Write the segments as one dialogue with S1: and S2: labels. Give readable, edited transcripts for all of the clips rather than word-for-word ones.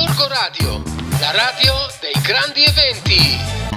S1: Gorgo Radio, la radio dei grandi eventi.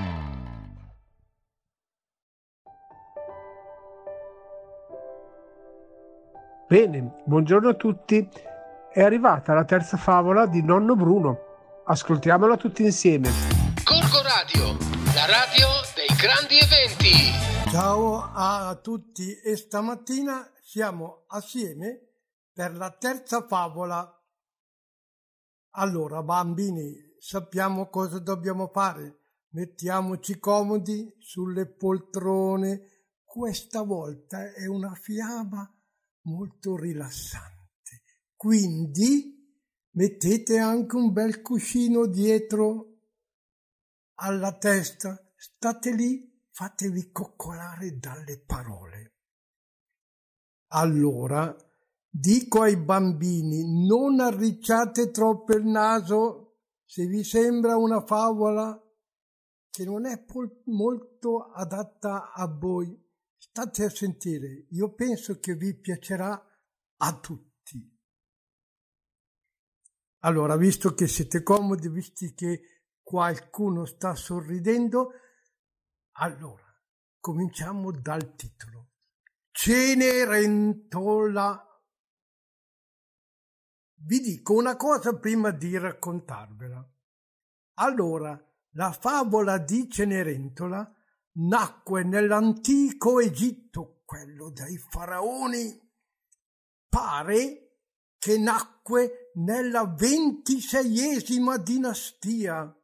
S2: Bene, buongiorno a tutti. È arrivata la terza favola di Nonno Bruno. Ascoltiamola tutti insieme.
S1: Gorgo Radio, la radio dei grandi eventi.
S3: Ciao a tutti e stamattina siamo assieme per la terza favola. Allora, bambini, sappiamo cosa dobbiamo fare. Mettiamoci comodi sulle poltrone. Questa volta è una fiaba molto rilassante. Quindi mettete anche un bel cuscino dietro alla testa. State lì, fatevi coccolare dalle parole. Allora, dico ai bambini, non arricciate troppo il naso se vi sembra una favola che non è molto adatta a voi. State a sentire, io penso che vi piacerà a tutti. Allora, visto che siete comodi, visto che qualcuno sta sorridendo, allora, cominciamo dal titolo. Cenerentola. Vi dico una cosa prima di raccontarvela. Allora, la favola di Cenerentola nacque nell'antico Egitto, quello dei faraoni. Pare che nacque nella 26esima dinastia.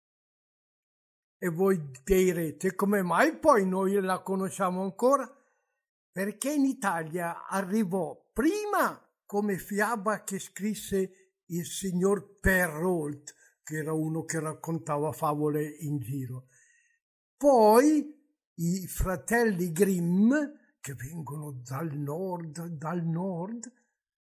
S3: E voi direte, come mai poi noi la conosciamo ancora? Perché in Italia arrivò prima come fiaba che scrisse il signor Perrault, che era uno che raccontava favole in giro. Poi i fratelli Grimm, che vengono dal nord,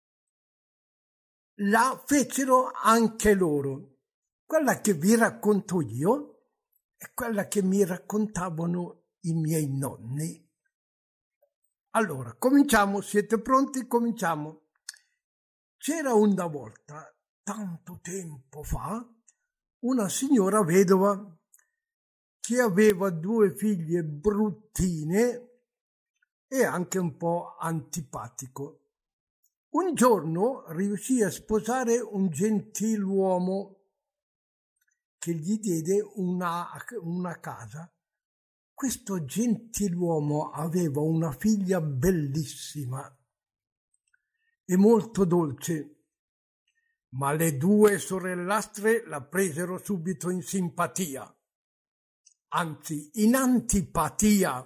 S3: la fecero anche loro. Quella che vi racconto io è quella che mi raccontavano i miei nonni. Allora, cominciamo, siete pronti? Cominciamo. C'era una volta, tanto tempo fa, una signora vedova che aveva 2 figlie bruttine e anche un po' antipatico. Un giorno riuscì a sposare un gentiluomo che gli diede una casa. Questo gentiluomo aveva una figlia bellissima e molto dolce, ma le 2 sorellastre la presero subito in simpatia, anzi in antipatia.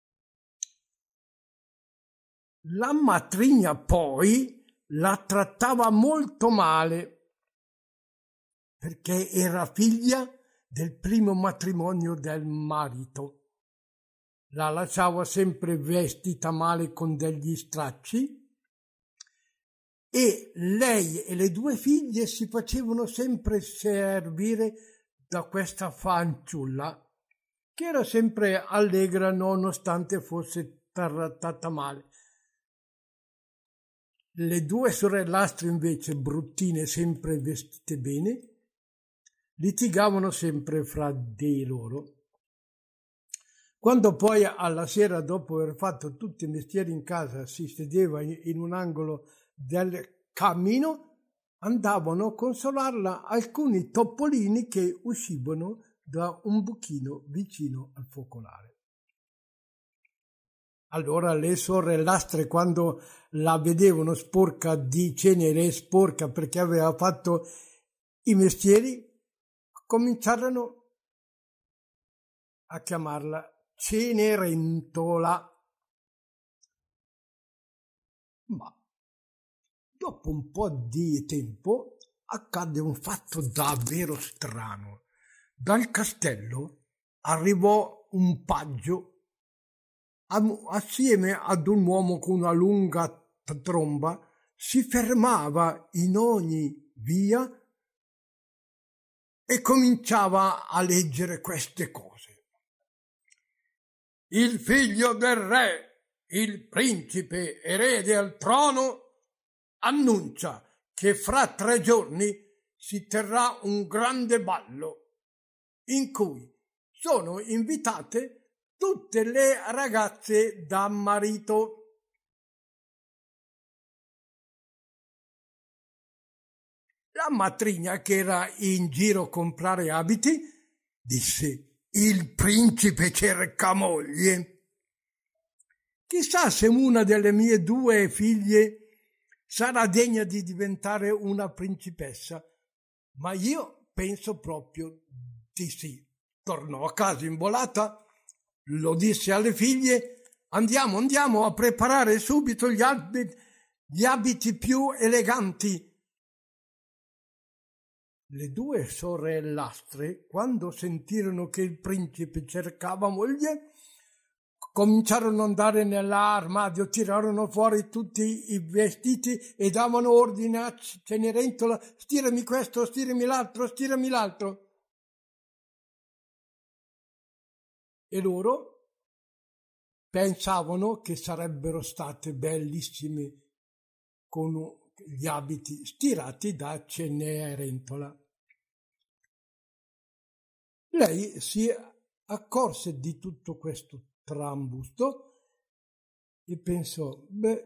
S3: La matrigna poi la trattava molto male perché era figlia del primo matrimonio del marito. La lasciava sempre vestita male con degli stracci e lei e le 2 figlie si facevano sempre servire da questa fanciulla che era sempre allegra nonostante fosse trattata male. Le 2 sorellastre invece, bruttine, sempre vestite bene, litigavano sempre fra di loro. Quando poi alla sera, dopo aver fatto tutti i mestieri in casa, si sedeva in un angolo del camino, andavano a consolarla alcuni topolini che uscivano da un buchino vicino al focolare. Allora le sorellastre, quando la vedevano sporca di cenere, sporca perché aveva fatto i mestieri, cominciarono a chiamarla Cenerentola. Ma dopo un po' di tempo accadde un fatto davvero strano. Dal castello arrivò un paggio assieme ad un uomo con una lunga tromba, si fermava in ogni via e cominciava a leggere queste cose. Il figlio del re, il principe erede al trono, annuncia che fra 3 giorni si terrà un grande ballo in cui sono invitate tutte le ragazze da marito. La matrigna, che era in giro a comprare abiti, disse: il principe cerca moglie. Chissà se una delle mie 2 figlie sarà degna di diventare una principessa, ma io penso proprio di sì. Tornò a casa imbolata, lo disse alle figlie: andiamo a preparare subito gli abiti più eleganti. Le 2 sorellastre, quando sentirono che il principe cercava moglie, cominciarono ad andare nell'armadio, tirarono fuori tutti i vestiti e davano ordine a Cenerentola: stirami questo, stirami l'altro, stirami l'altro. E loro pensavano che sarebbero state bellissime con gli abiti stirati da Cenerentola. Lei si accorse di tutto questo trambusto e pensò: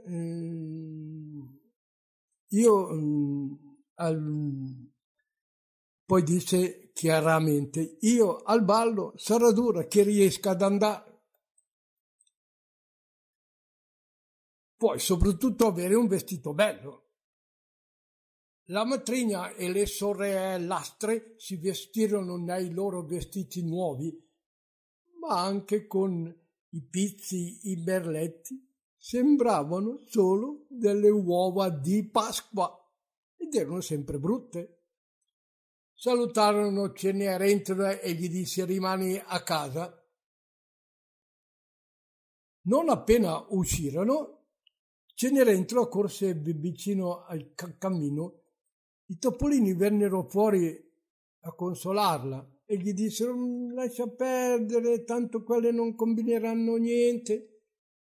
S3: poi disse chiaramente: io al ballo sarò dura che riesca ad andare. Poi soprattutto avere un vestito bello. La matrigna e le sorellastre si vestirono nei loro vestiti nuovi, ma anche con i pizzi, i berletti, sembravano solo delle uova di Pasqua ed erano sempre brutte. Salutarono Cenerentola e gli disse: rimani a casa. Non appena uscirono, Cenerentola corse vicino al cammino. I topolini vennero fuori a consolarla e gli dissero: lascia perdere, tanto quelle non combineranno niente.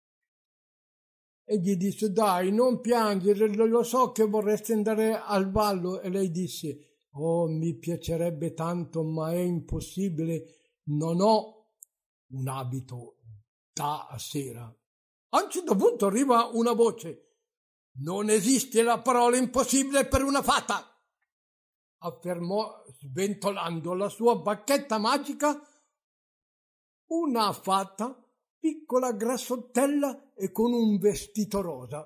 S3: E gli disse: dai, non piangere, lo so che vorresti andare al ballo. E lei disse: oh, mi piacerebbe tanto, ma è impossibile, non ho un abito da sera. A un certo punto arriva una voce: non esiste la parola impossibile per una fata, affermò sventolando la sua bacchetta magica. Una fata piccola, grassottella e con un vestito rosa.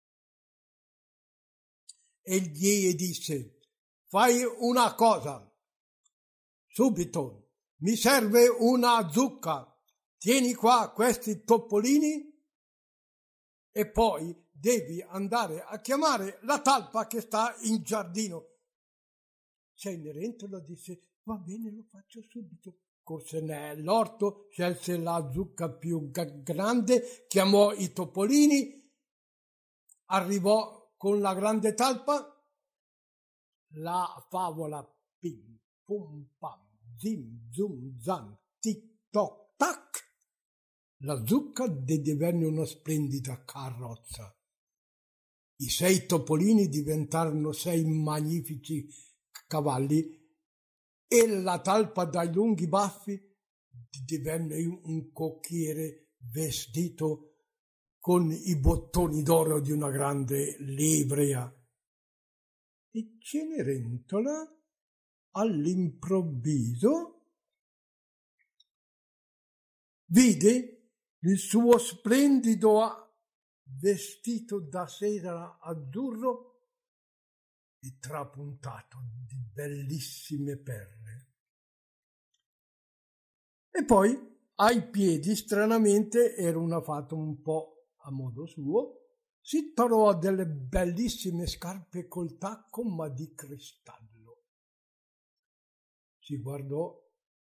S3: E gli disse: fai una cosa, subito, mi serve una zucca, tieni qua questi topolini e poi devi andare a chiamare la talpa che sta in giardino. Cenerentola disse: va bene, lo faccio subito. Corse nell'orto, scelse la zucca più grande, chiamò i topolini, arrivò con la grande talpa. La favola pim pum pam zim zum zam tic toc tac. La zucca divenne una splendida carrozza. I 6 topolini diventarono 6 magnifici cavalli e la talpa dai lunghi baffi divenne un cocchiere vestito con i bottoni d'oro di una grande livrea. E Cenerentola all'improvviso vide il suo splendido vestito da seta azzurro e trapuntato di bellissime perle. E poi ai piedi, stranamente, era una fata un po' a modo suo, si trovò delle bellissime scarpe col tacco ma di cristallo. Si guardò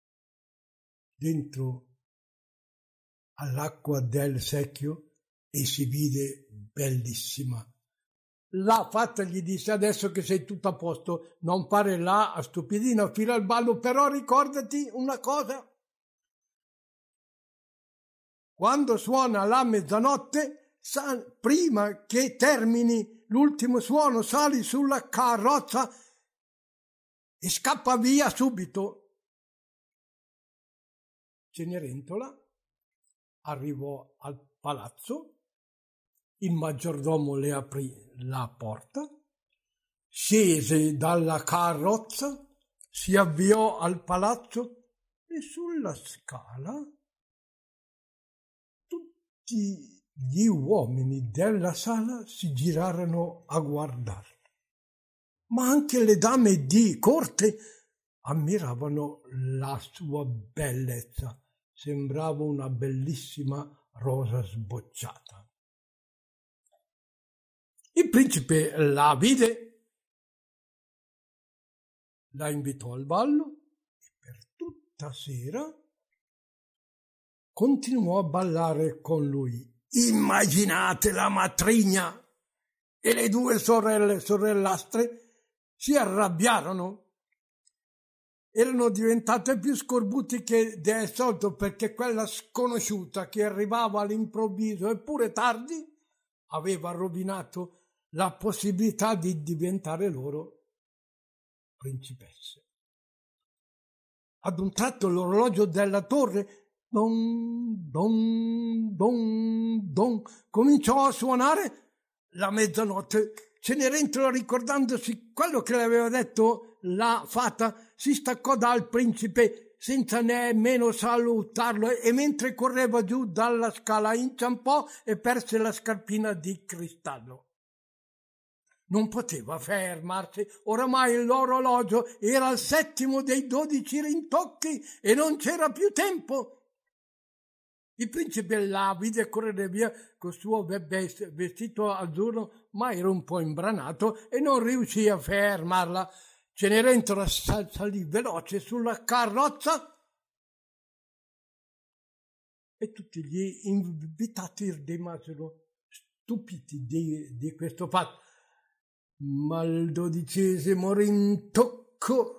S3: dentro all'acqua del secchio e si vide bellissima. La fata gli disse: adesso che sei tutto a posto, non fare là a stupidina fino al ballo, però ricordati una cosa: quando suona la mezzanotte, prima che termini l'ultimo suono, sali sulla carrozza e scappa via subito. Cenerentola arrivò al palazzo, il maggiordomo le aprì la porta, scese dalla carrozza, si avviò al palazzo e sulla scala tutti gli uomini della sala si girarono a guardarlo, ma anche le dame di corte ammiravano la sua bellezza. Sembrava una bellissima rosa sbocciata. Il principe la vide, la invitò al ballo e per tutta sera continuò a ballare con lui. Immaginate la matrigna e le due sorellastre si arrabbiarono. Erano diventate più scorbuti che del solito, perché quella sconosciuta che arrivava all'improvviso eppure tardi aveva rovinato la possibilità di diventare loro principesse. Ad un tratto l'orologio della torre don, don, don, don, cominciò a suonare la mezzanotte. Cenerentola, ricordandosi quello che le aveva detto la fata, si staccò dal principe senza nemmeno salutarlo e mentre correva giù dalla scala inciampò e perse la scarpina di cristallo. Non poteva fermarsi, oramai l'orologio era al 7° dei 12 rintocchi e non c'era più tempo. Il principe la vide correre via col suo vestito azzurro, ma era un po' imbranato e non riuscì a fermarla. Cenerentola salì veloce sulla carrozza e tutti gli invitati rimasero stupiti di questo fatto. Ma al 12° rintocco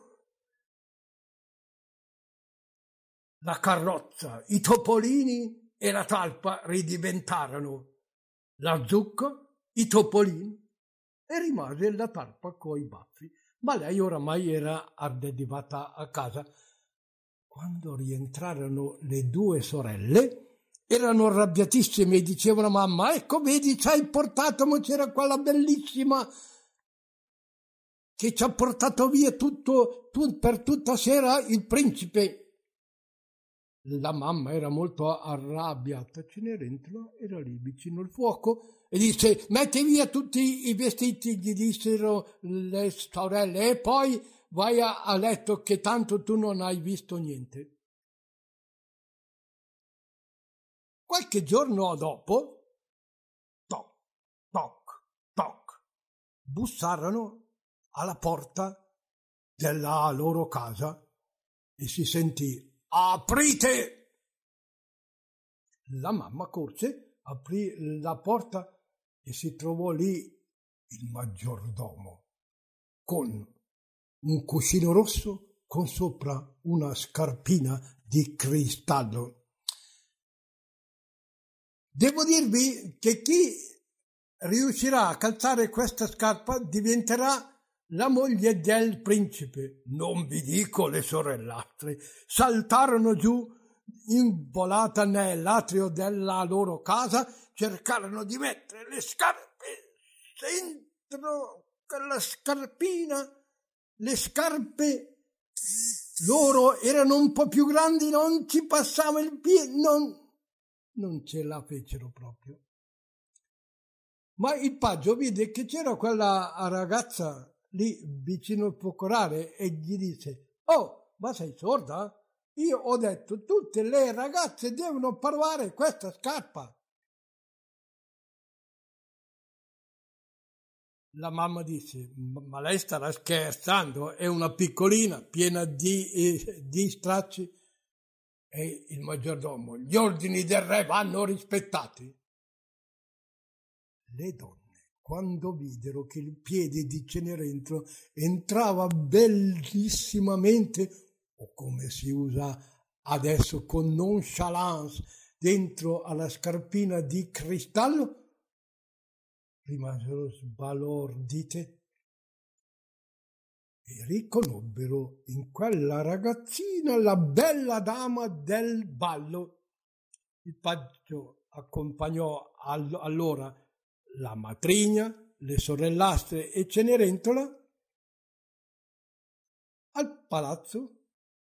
S3: la carrozza, i topolini e la talpa ridiventarono la zucca, i topolini e rimase la talpa coi baffi. Ma lei oramai era arrivata a casa. Quando rientrarono le due sorelle, erano arrabbiatissime e dicevano: mamma, ecco, vedi, ci hai portato, ma c'era quella bellissima che ci ha portato via tutto per tutta sera il principe. La mamma era molto arrabbiata. Cenerentola era lì vicino al fuoco e disse: metti via tutti i vestiti, gli dissero le sorelle, e poi vai a letto che tanto tu non hai visto niente. Qualche giorno dopo, toc, toc, toc, bussarono alla porta della loro casa e si sentì: aprite! La mamma corse, aprì la porta e si trovò lì il maggiordomo con un cuscino rosso con sopra una scarpina di cristallo. Devo dirvi che chi riuscirà a calzare questa scarpa diventerà la moglie del principe. Non vi dico le sorellastre, saltarono giù in volata nell'atrio della loro casa, cercarono di mettere le scarpe dentro quella scarpina. Le scarpe loro erano un po' più grandi, non ci passava il piede, non ce la fecero proprio. Ma il paggio vide che c'era quella ragazza lì vicino al focolare e gli disse: oh, ma sei sorda? Io ho detto tutte le ragazze devono provare questa scarpa. La mamma disse: ma lei starà scherzando, è una piccolina piena di stracci. E il maggiordomo: gli ordini del re vanno rispettati. Le donne, quando videro che il piede di Cenerentola entrava bellissimamente, o come si usa adesso con nonchalance, dentro alla scarpina di cristallo, rimasero sbalordite e riconobbero in quella ragazzina la bella dama del ballo. Il paggio accompagnò allora la matrigna, le sorellastre e Cenerentola al palazzo,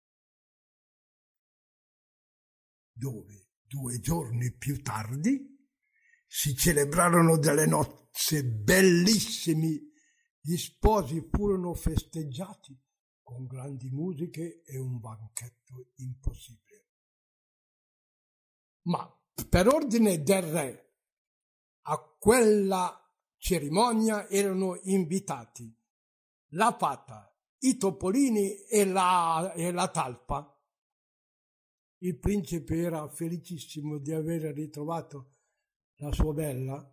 S3: dove 2 giorni più tardi si celebrarono delle nozze bellissimi. Gli sposi furono festeggiati con grandi musiche e un banchetto impossibile. Ma per ordine del re a quella cerimonia erano invitati la Fata, i Topolini e la Talpa. Il principe era felicissimo di aver ritrovato la sua bella.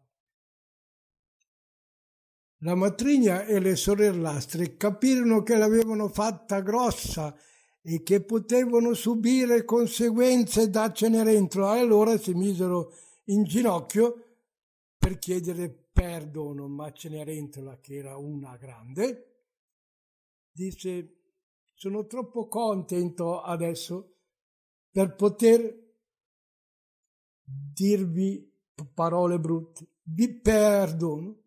S3: La matrigna e le sorellastre capirono che l'avevano fatta grossa e che potevano subire conseguenze da Cenerentola, e allora si misero in ginocchio per chiedere perdono. Ma Cenerentola, che era una grande, disse: sono troppo contento adesso per poter dirvi parole brutte, vi perdono.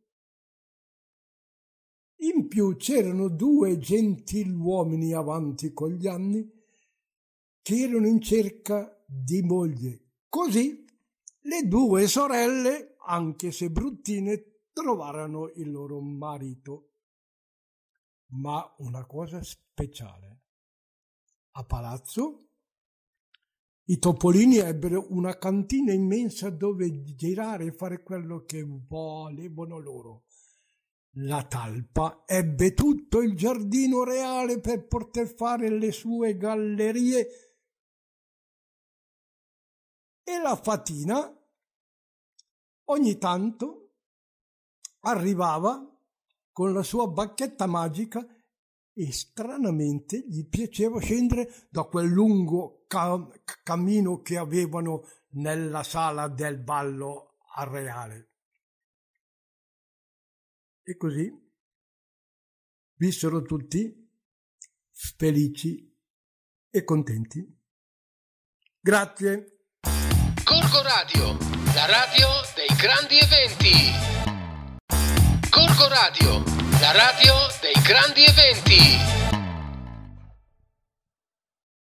S3: In più c'erano 2 gentiluomini avanti con gli anni che erano in cerca di moglie. Così le 2 sorelle, anche se bruttine, trovarono il loro marito. Ma una cosa speciale: a palazzo i Topolini ebbero una cantina immensa dove girare e fare quello che volevano loro. La Talpa ebbe tutto il giardino reale per poter fare le sue gallerie, e la Fatina ogni tanto arrivava con la sua bacchetta magica e stranamente gli piaceva scendere da quel lungo cammino che avevano nella sala del ballo al reale. E così vissero tutti felici e contenti. Grazie.
S1: Gorgo Radio, la radio dei grandi eventi. Gorgo Radio, la radio dei grandi eventi.